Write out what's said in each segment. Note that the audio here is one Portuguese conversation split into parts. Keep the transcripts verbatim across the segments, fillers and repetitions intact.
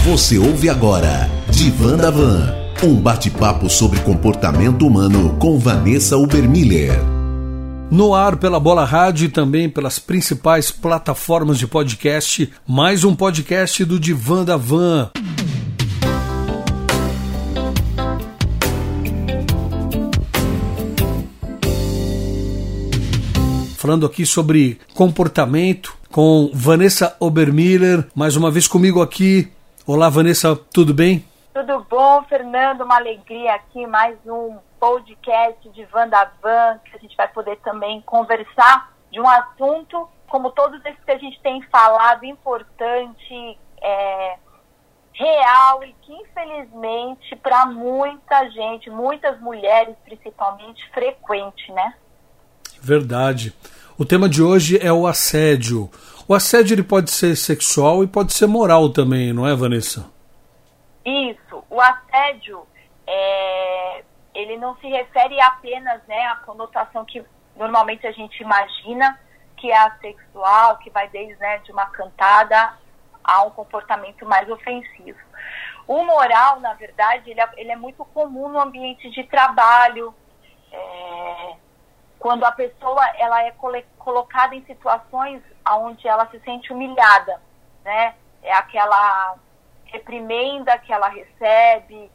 Você ouve agora Divã da Van, um bate-papo sobre comportamento humano com Vanessa Ubermiller. No ar pela Bola Rádio e também pelas principais plataformas de podcast, mais um podcast do Divã da Van. Falando aqui sobre comportamento com Vanessa Ubermiller, mais uma vez comigo aqui. Olá, Vanessa, tudo bem? Tudo bom, Fernando? Uma alegria aqui, mais um podcast de Van da Van, que a gente vai poder também conversar de um assunto, como todos esses que a gente tem falado, importante, é, real e que infelizmente para muita gente, muitas mulheres principalmente, frequente, né? Verdade. O tema de hoje é o assédio. O assédio ele pode ser sexual e pode ser moral também, não é, Vanessa? Isso. O assédio, é, ele não se refere apenas, né, à conotação que normalmente a gente imagina, que é a sexual, que vai desde, né, de uma cantada a um comportamento mais ofensivo. O moral, na verdade, ele é, ele é muito comum no ambiente de trabalho, é, quando a pessoa ela é cole- colocada em situações onde ela se sente humilhada, né? É aquela reprimenda que ela recebe,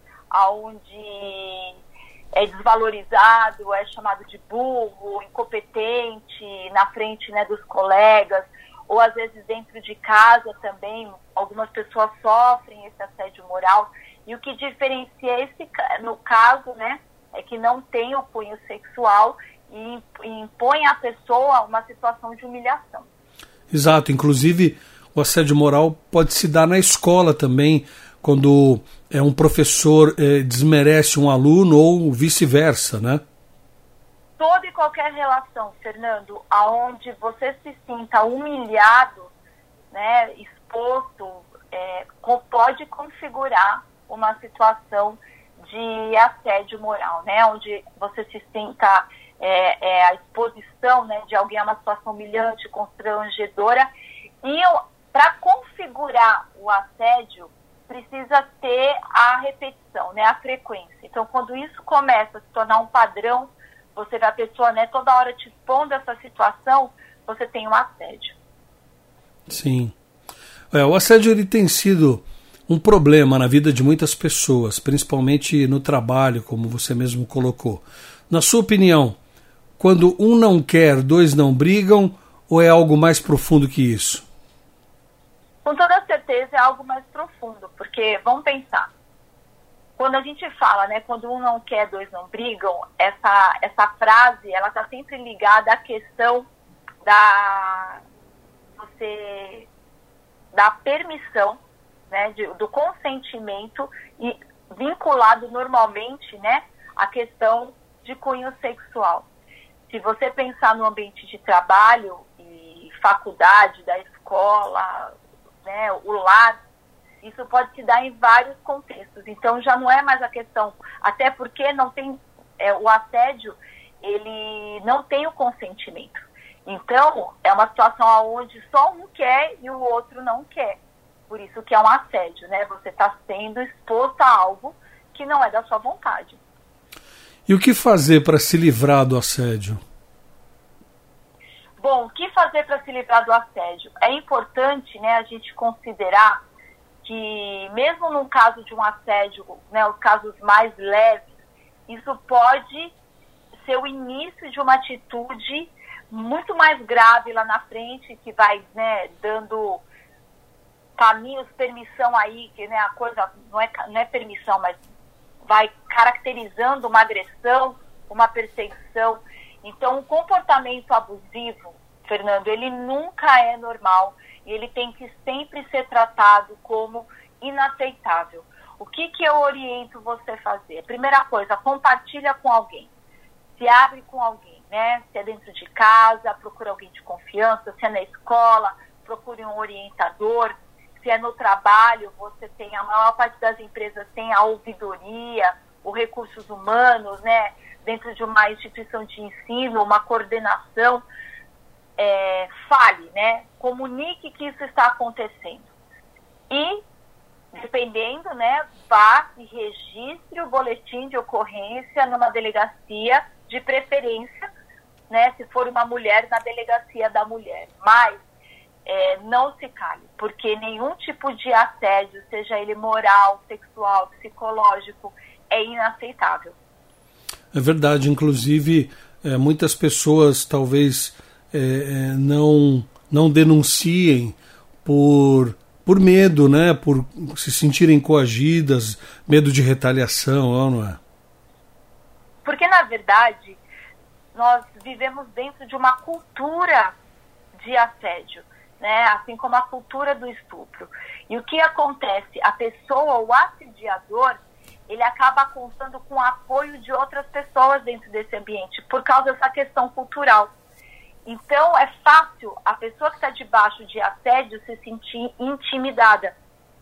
onde é desvalorizado, é chamado de burro, incompetente na frente, né, dos colegas, ou às vezes dentro de casa também, algumas pessoas sofrem esse assédio moral. E o que diferencia esse, no caso, né, é que não tem o cunho sexual e impõe à pessoa uma situação de humilhação. Exato, inclusive o assédio moral pode se dar na escola também, quando é, um professor é, desmerece um aluno ou vice-versa, né? Toda e qualquer relação, Fernando, aonde você se sinta humilhado, né, exposto, é, pode configurar uma situação de assédio moral, né, onde você se sinta É, é a exposição, né, de alguém a uma situação humilhante, constrangedora. E para configurar o assédio, precisa ter a repetição, né, a frequência. Então, quando isso começa a se tornar um padrão, você vê a pessoa, né, toda hora te expondo essa situação, você tem um assédio. Sim. É, o assédio ele tem sido um problema na vida de muitas pessoas, principalmente no trabalho, como você mesmo colocou. Na sua opinião, quando um não quer, dois não brigam, ou é algo mais profundo que isso? Com toda certeza é algo mais profundo, porque, vamos pensar, quando a gente fala, né, quando um não quer, dois não brigam, essa, essa frase, ela está sempre ligada à questão da, você, da permissão, né, de, do consentimento e vinculado normalmente, né, à questão de cunho sexual. Se você pensar no ambiente de trabalho e faculdade, da escola, né, o lar, isso pode se dar em vários contextos. Então já não é mais a questão, até porque não tem, é, o assédio, ele não tem o consentimento. Então é uma situação onde só um quer e o outro não quer. Por isso que é um assédio, né? Você está sendo exposto a algo que não é da sua vontade. E o que fazer para se livrar do assédio? Bom, o que fazer para se livrar do assédio? É importante, né, a gente considerar que mesmo no caso de um assédio, né, os casos mais leves, isso pode ser o início de uma atitude muito mais grave lá na frente, que vai, né, dando caminhos, permissão aí, que, né, a coisa não é, não é permissão, mas vai caracterizando uma agressão, uma perseguição. Então, o comportamento abusivo, Fernando, ele nunca é normal e ele tem que sempre ser tratado como inaceitável. O que, que eu oriento você a fazer? Primeira coisa, compartilha com alguém. Se abre com alguém, né? Se é dentro de casa, procura alguém de confiança. Se é na escola, procure um orientador. Se é no trabalho, você tem, a maior parte das empresas tem a ouvidoria, os recursos humanos, né? Dentro de uma instituição de ensino, uma coordenação. É, fale, né? Comunique que isso está acontecendo. E dependendo, né, vá e registre o boletim de ocorrência numa delegacia, de preferência, né, se for uma mulher, na delegacia da mulher. Mas é, não se cale, porque nenhum tipo de assédio, seja ele moral, sexual, psicológico, é inaceitável. É verdade, inclusive é, muitas pessoas talvez é, não, não denunciem por, por medo, né? Por se sentirem coagidas, medo de retaliação, não é? Porque, na verdade, nós vivemos dentro de uma cultura de assédio, né? Assim como a cultura do estupro. E o que acontece? A pessoa, o assediador, ele acaba contando com o apoio de outras pessoas dentro desse ambiente, por causa dessa questão cultural. Então, é fácil a pessoa que está debaixo de assédio se sentir intimidada.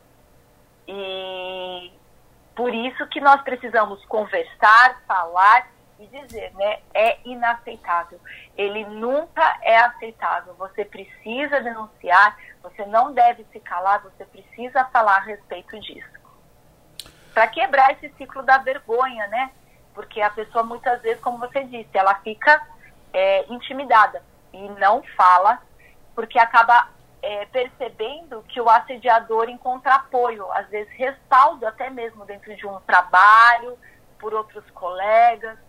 E por isso que nós precisamos conversar, falar e dizer, né? É inaceitável. Ele nunca é aceitável. Você precisa denunciar, você não deve se calar, você precisa falar a respeito disso. Para quebrar esse ciclo da vergonha, né? Porque a pessoa, muitas vezes, como você disse, ela fica é, intimidada e não fala, porque acaba é, percebendo que o assediador encontra apoio, às vezes respaldo até mesmo dentro de um trabalho, por outros colegas.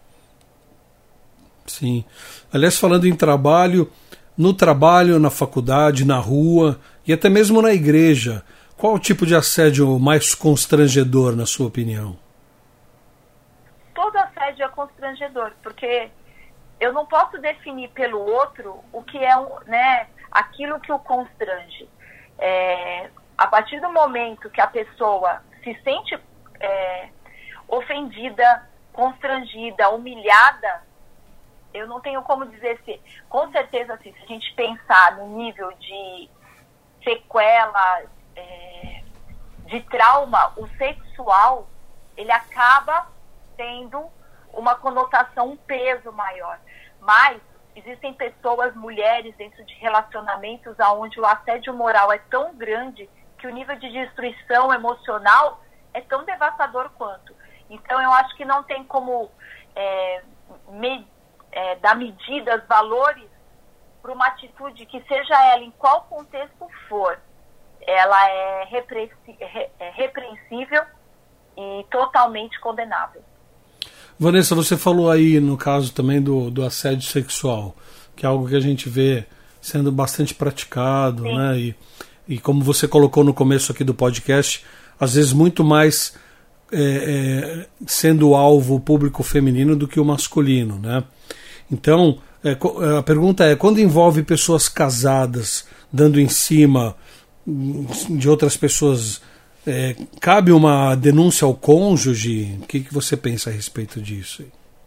Sim. Aliás, falando em trabalho, no trabalho, na faculdade, na rua e até mesmo na igreja, qual o tipo de assédio mais constrangedor, na sua opinião? Todo assédio é constrangedor, porque eu não posso definir pelo outro o que é, né, aquilo que o constrange. É, a partir do momento que a pessoa se sente é, ofendida, constrangida, humilhada, eu não tenho como dizer se, com certeza, assim, se a gente pensar no nível de sequela, é, de trauma, o sexual, ele acaba tendo uma conotação, um peso maior. Mas existem pessoas, mulheres, dentro de relacionamentos onde o assédio moral é tão grande que o nível de destruição emocional é tão devastador quanto. Então, eu acho que não tem como é, me, é, dar medidas, valores para uma atitude que, seja ela em qual contexto for, ela é, repressi- é repreensível e totalmente condenável. Vanessa, você falou aí no caso também do, do assédio sexual, que é algo que a gente vê sendo bastante praticado, Sim. né? E, e como você colocou no começo aqui do podcast, às vezes muito mais é, é, sendo alvo o público feminino do que o masculino, né? Então, é, a pergunta é, quando envolve pessoas casadas dando em cima de outras pessoas, É, cabe uma denúncia ao cônjuge? O que, que você pensa a respeito disso?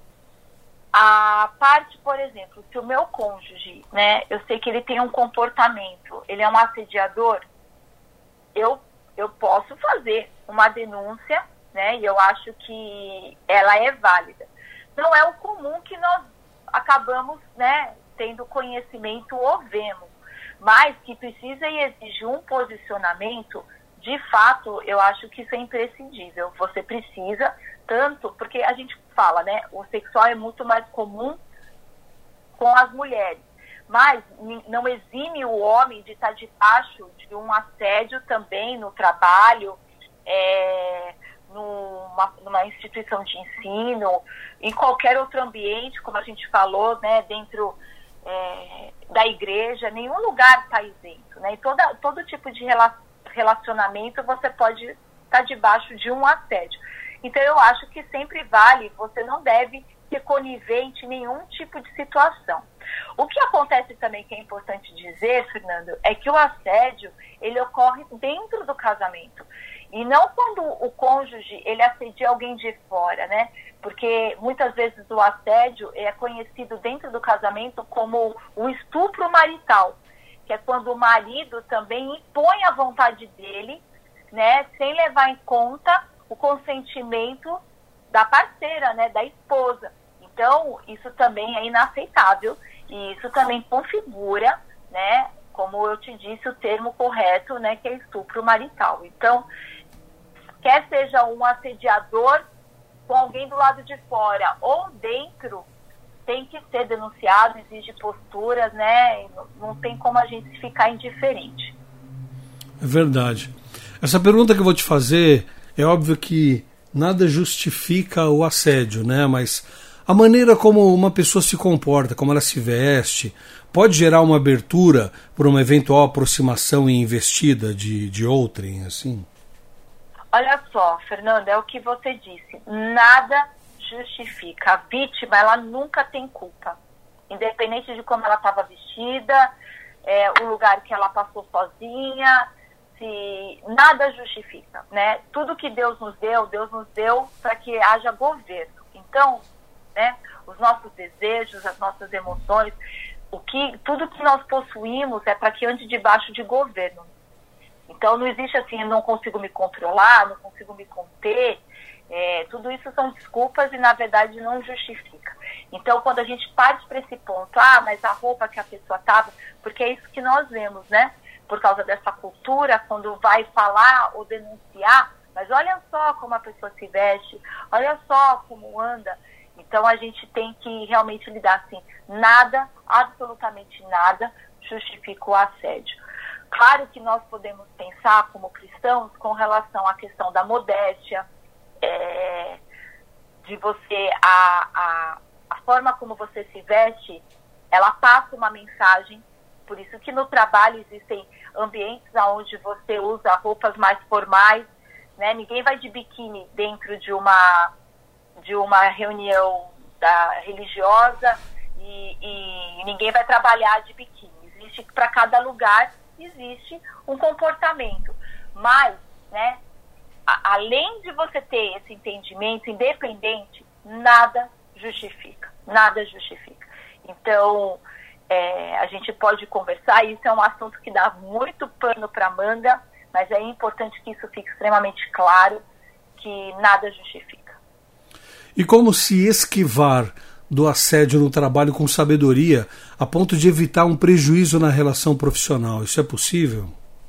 A parte, por exemplo, se o meu cônjuge, né, eu sei que ele tem um comportamento, ele é um assediador, eu, eu posso fazer uma denúncia, né, e eu acho que ela é válida. Não é o comum que nós acabamos, né, tendo conhecimento ou vemos, mas que precisa e exige um posicionamento. De fato, eu acho que isso é imprescindível. Você precisa, tanto, porque a gente fala, né, o sexual é muito mais comum com as mulheres, mas não exime o homem de estar debaixo de um assédio também no trabalho, é, numa, numa instituição de ensino, em qualquer outro ambiente, como a gente falou, né, dentro é, da igreja, nenhum lugar está isento, né, e toda, todo tipo de relação relacionamento, você pode estar debaixo de um assédio. Então, eu acho que sempre vale, você não deve ser conivente em nenhum tipo de situação. O que acontece também, que é importante dizer, Fernando, é que o assédio, ele ocorre dentro do casamento. E não quando o cônjuge, ele assedia alguém de fora, né? Porque muitas vezes o assédio é conhecido dentro do casamento como o estupro marital, que é quando o marido também impõe a vontade dele, né, sem levar em conta o consentimento da parceira, né, da esposa. Então, isso também é inaceitável e isso também configura, né, como eu te disse, o termo correto, né, que é estupro marital. Então, quer seja um assediador com alguém do lado de fora ou dentro, tem que ser denunciado, exige posturas, né? Não, não tem como a gente ficar indiferente. É verdade. Essa pergunta que eu vou te fazer, é óbvio que nada justifica o assédio, né? Mas a maneira como uma pessoa se comporta, como ela se veste, pode gerar uma abertura por uma eventual aproximação e investida de, de outrem, assim? Olha só, Fernanda, é o que você disse. Nada justifica. A vítima, ela nunca tem culpa. Independente de como ela estava vestida, é, o lugar que ela passou sozinha, se nada justifica, né? Tudo que Deus nos deu, Deus nos deu para que haja governo. Então, né, os nossos desejos, as nossas emoções, o que, tudo que nós possuímos é para que ande debaixo de governo. Então não existe assim, eu não consigo me controlar, não consigo me conter, é, tudo isso são desculpas e na verdade não justifica. Então quando a gente parte para esse ponto, ah, mas a roupa que a pessoa estava, porque é isso que nós vemos, né? Por causa dessa cultura, quando vai falar ou denunciar, mas olha só como a pessoa se veste, olha só como anda. Então a gente tem que realmente lidar assim, nada, absolutamente nada, justifica o assédio. Claro que nós podemos pensar como cristãos com relação à questão da modéstia, é, de você, a, a, a forma como você se veste, ela passa uma mensagem, por isso que no trabalho existem ambientes onde você usa roupas mais formais, né? Ninguém vai de biquíni dentro de uma, de uma reunião da, religiosa e, e ninguém vai trabalhar de biquíni. Existe para cada lugar, existe um comportamento, mas, né, a, além de você ter esse entendimento independente, nada justifica, nada justifica. Então, é, a gente pode conversar, isso é um assunto que dá muito pano para manga, mas é importante que isso fique extremamente claro, que nada justifica. E como se esquivar do assédio no trabalho com sabedoria, a ponto de evitar um prejuízo na relação profissional? Isso é possível?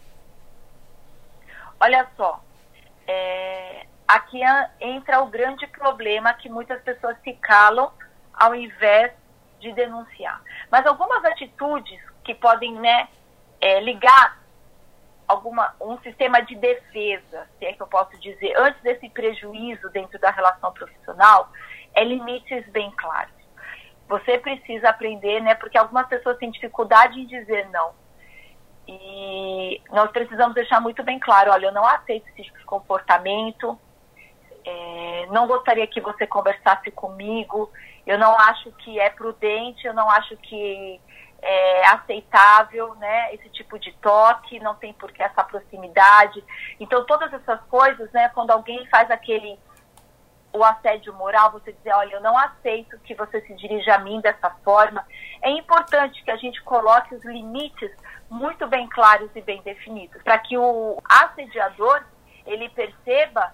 Olha só, é, aqui entra o grande problema que muitas pessoas se calam ao invés de denunciar. Mas algumas atitudes que podem, né, é, ligar alguma, um sistema de defesa, se é que eu posso dizer, antes desse prejuízo dentro da relação profissional, é limites bem claros. Você precisa aprender, né? Porque algumas pessoas têm dificuldade em dizer não. E nós precisamos deixar muito bem claro, olha, eu não aceito esse tipo de comportamento, é, não gostaria que você conversasse comigo, eu não acho que é prudente, eu não acho que é aceitável, né, esse tipo de toque, não tem por que essa proximidade. Então todas essas coisas, né, quando alguém faz aquele o assédio moral, você dizer, olha, eu não aceito que você se dirija a mim dessa forma. É importante que a gente coloque os limites muito bem claros e bem definidos, para que o assediador, ele perceba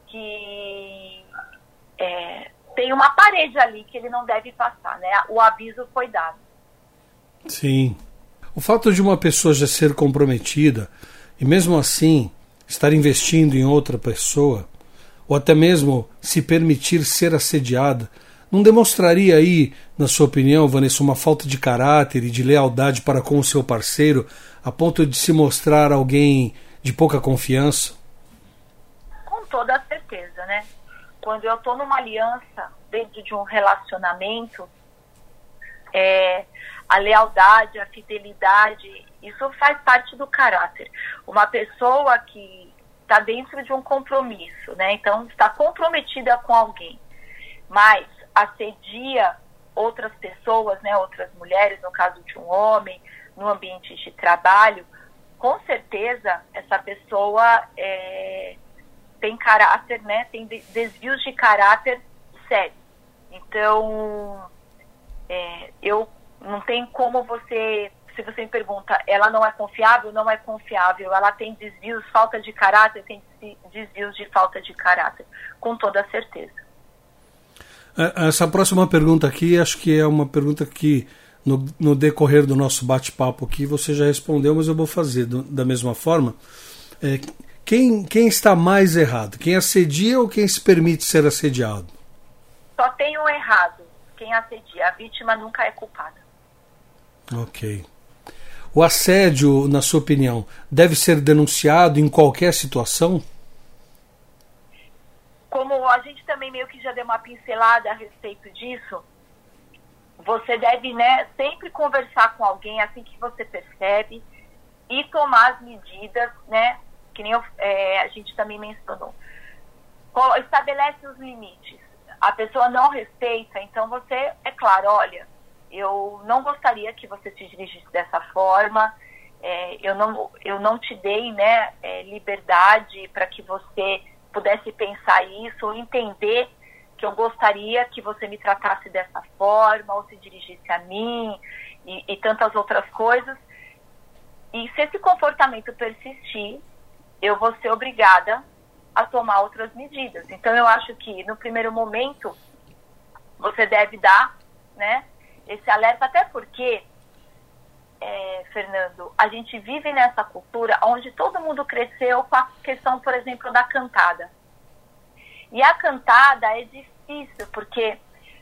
que é, tem uma parede ali que ele não deve passar, né? O aviso foi dado. Sim. O fato de uma pessoa já ser comprometida e mesmo assim estar investindo em outra pessoa, ou até mesmo se permitir ser assediada, não demonstraria aí, na sua opinião, Vanessa, uma falta de caráter e de lealdade para com o seu parceiro, a ponto de se mostrar alguém de pouca confiança? Com toda a certeza, né? Quando eu estou numa aliança, dentro de um relacionamento, é, a lealdade, a fidelidade, isso faz parte do caráter. Uma pessoa que está dentro de um compromisso, né? Então está comprometida com alguém, mas assedia outras pessoas, né? Outras mulheres, no caso de um homem, no ambiente de trabalho, com certeza essa pessoa é, tem caráter, né? Tem desvios de caráter sérios. Então, é, eu não tem como você... Se você me pergunta, ela não é confiável? Não é confiável. Ela tem desvios, falta de caráter? Tem desvios de falta de caráter, com toda certeza. Essa próxima pergunta aqui, acho que é uma pergunta que no, no decorrer do nosso bate-papo aqui você já respondeu, mas eu vou fazer do, da mesma forma. É, quem, quem está mais errado? Quem assedia ou quem se permite ser assediado? Só tem um errado, quem assedia. A vítima nunca é culpada. Ok. O assédio, na sua opinião, deve ser denunciado em qualquer situação? Como a gente também meio que já deu uma pincelada a respeito disso, você deve, né, sempre conversar com alguém assim que você percebe e tomar as medidas, né, que nem eu, é, a gente também mencionou. Estabelece os limites. A pessoa não respeita, então você, é claro, olha, eu não gostaria que você se dirigisse dessa forma, é, eu, não, eu não te dei, né, é, liberdade para que você pudesse pensar isso, ou entender que eu gostaria que você me tratasse dessa forma, ou se dirigisse a mim, e, e tantas outras coisas. E se esse comportamento persistir, eu vou ser obrigada a tomar outras medidas. Então, eu acho que, no primeiro momento, você deve dar, né, esse alerta, até porque, é, Fernando, a gente vive nessa cultura onde todo mundo cresceu com a questão, por exemplo, da cantada. E a cantada é difícil, porque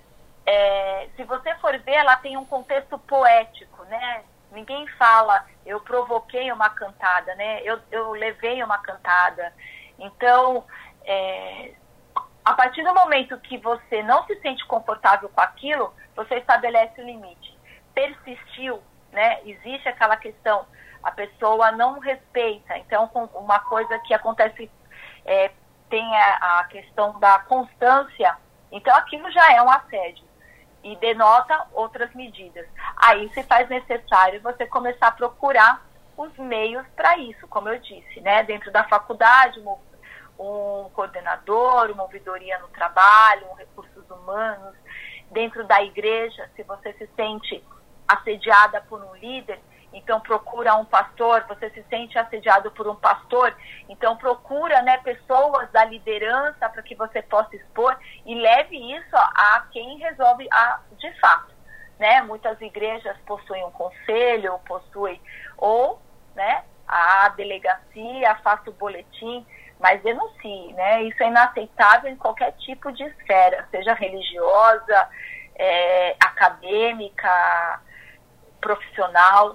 é, se você for ver, ela tem um contexto poético, né? Ninguém fala, eu provoquei uma cantada, né? Eu, eu levei uma cantada. Então, é, a partir do momento que você não se sente confortável com aquilo, você estabelece o limite. Persistiu, né? Existe aquela questão, a pessoa não respeita. Então, uma coisa que acontece, é, tem a, a questão da constância, então aquilo já é um assédio e denota outras medidas. Aí se faz necessário você começar a procurar os meios para isso, como eu disse, né? Dentro da faculdade, um, um coordenador, uma ouvidoria no trabalho, um recursos humanos, dentro da igreja, se você se sente assediada por um líder, então procura um pastor. Você se sente assediado por um pastor, então procura, né, pessoas da liderança para que você possa expor e leve isso a quem resolve a, de fato, né? Muitas igrejas possuem um conselho, possuem, ou, né, a delegacia, faça o boletim, mas denuncie, né? Isso é inaceitável em qualquer tipo de esfera, seja religiosa, é, acadêmica, profissional.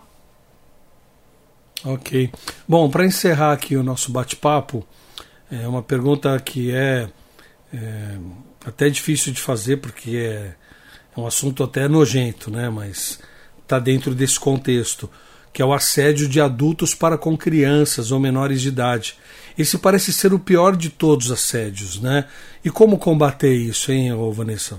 Ok. Bom, para encerrar aqui o nosso bate-papo, é uma pergunta que é, é até difícil de fazer, porque é, é um assunto até nojento, né? Mas está dentro desse contexto, que é o assédio de adultos para com crianças ou menores de idade. Esse parece ser o pior de todos os assédios, né? E como combater isso, hein, ô Vanessa?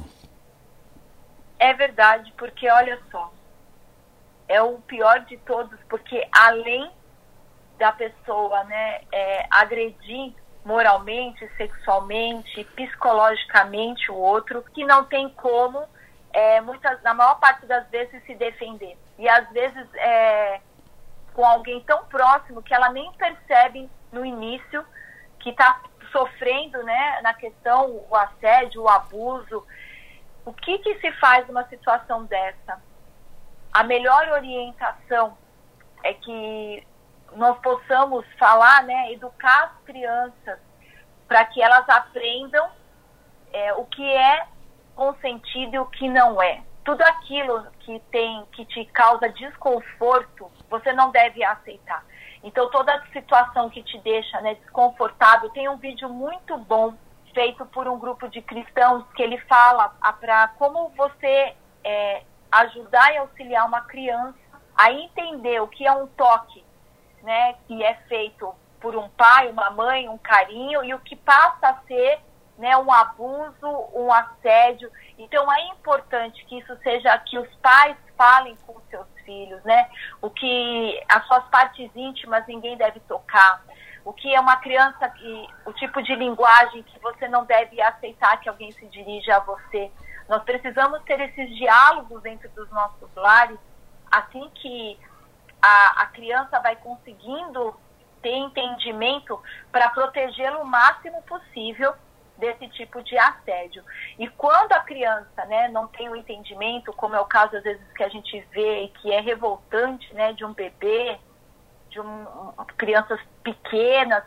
É verdade, porque olha só, é o pior de todos, porque além da pessoa, né, é, agredir moralmente, sexualmente, psicologicamente o outro, que não tem como, é, muitas, na maior parte das vezes, se defender. E às vezes é, com alguém tão próximo que ela nem percebe no início que está sofrendo, né, na questão, o assédio, o abuso. O que, que se faz numa situação dessa? A melhor orientação é que nós possamos falar, né, educar as crianças para que elas aprendam é, o que é consentido e o que não é. Tudo aquilo que tem, que te causa desconforto, você não deve aceitar. Então, toda situação que te deixa, né, desconfortável, tem um vídeo muito bom feito por um grupo de cristãos que ele fala para como você é, ajudar e auxiliar uma criança a entender o que é um toque, né, que é feito por um pai, uma mãe, um carinho, e o que passa a ser, né, um abuso, um assédio. Então é importante que isso seja, que os pais falem com os seus filhos, né, o que as suas partes íntimas ninguém deve tocar, o que é uma criança, que, o tipo de linguagem que você não deve aceitar que alguém se dirija a você. Nós precisamos ter esses diálogos dentro dos nossos lares, assim que a, a criança vai conseguindo ter entendimento para protegê-lo o máximo possível desse tipo de assédio. E quando a criança, né, não tem o entendimento, como é o caso às vezes que a gente vê e que é revoltante, né, de um bebê, de um, crianças pequenas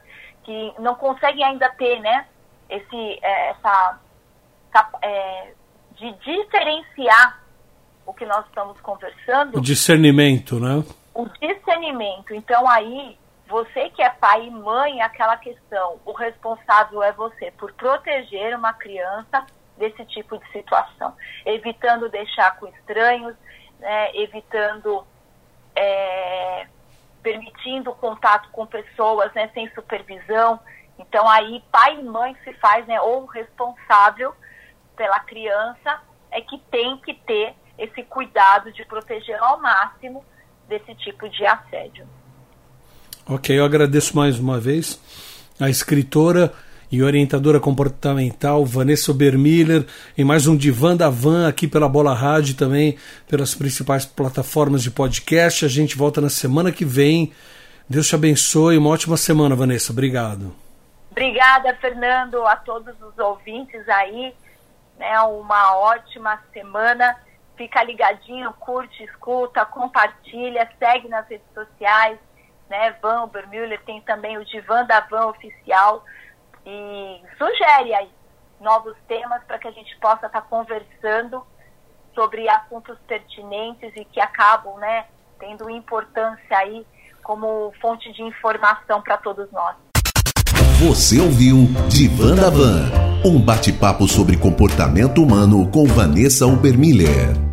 que não conseguem ainda ter, né, esse, é, essa, é, de diferenciar o que nós estamos conversando. O discernimento, né? O discernimento. Então aí, você que é pai e mãe, aquela questão, o responsável é você por proteger uma criança desse tipo de situação, evitando deixar com estranhos, né, evitando, é, permitindo contato com pessoas, né, sem supervisão. Então aí pai e mãe se faz, né, ou responsável pela criança, é que tem que ter esse cuidado de proteger ao máximo desse tipo de assédio. Ok, eu agradeço mais uma vez a escritora e orientadora comportamental Vanessa Obermiller em mais um Divã da Van aqui pela Bola Rádio, também pelas principais plataformas de podcast. A gente volta na semana que vem. Deus te abençoe, uma ótima semana, Vanessa. Obrigado. Obrigada, Fernando, a todos os ouvintes aí, né, uma ótima semana. Fica ligadinho, curte, escuta, compartilha, segue nas redes sociais, né, Van Obermiller, tem também o Divã da Van oficial, e sugere aí novos temas para que a gente possa estar tá conversando sobre assuntos pertinentes e que acabam, né, tendo importância aí como fonte de informação para todos nós. Você ouviu Divã da Van, um bate-papo sobre comportamento humano com Vanessa Obermiller.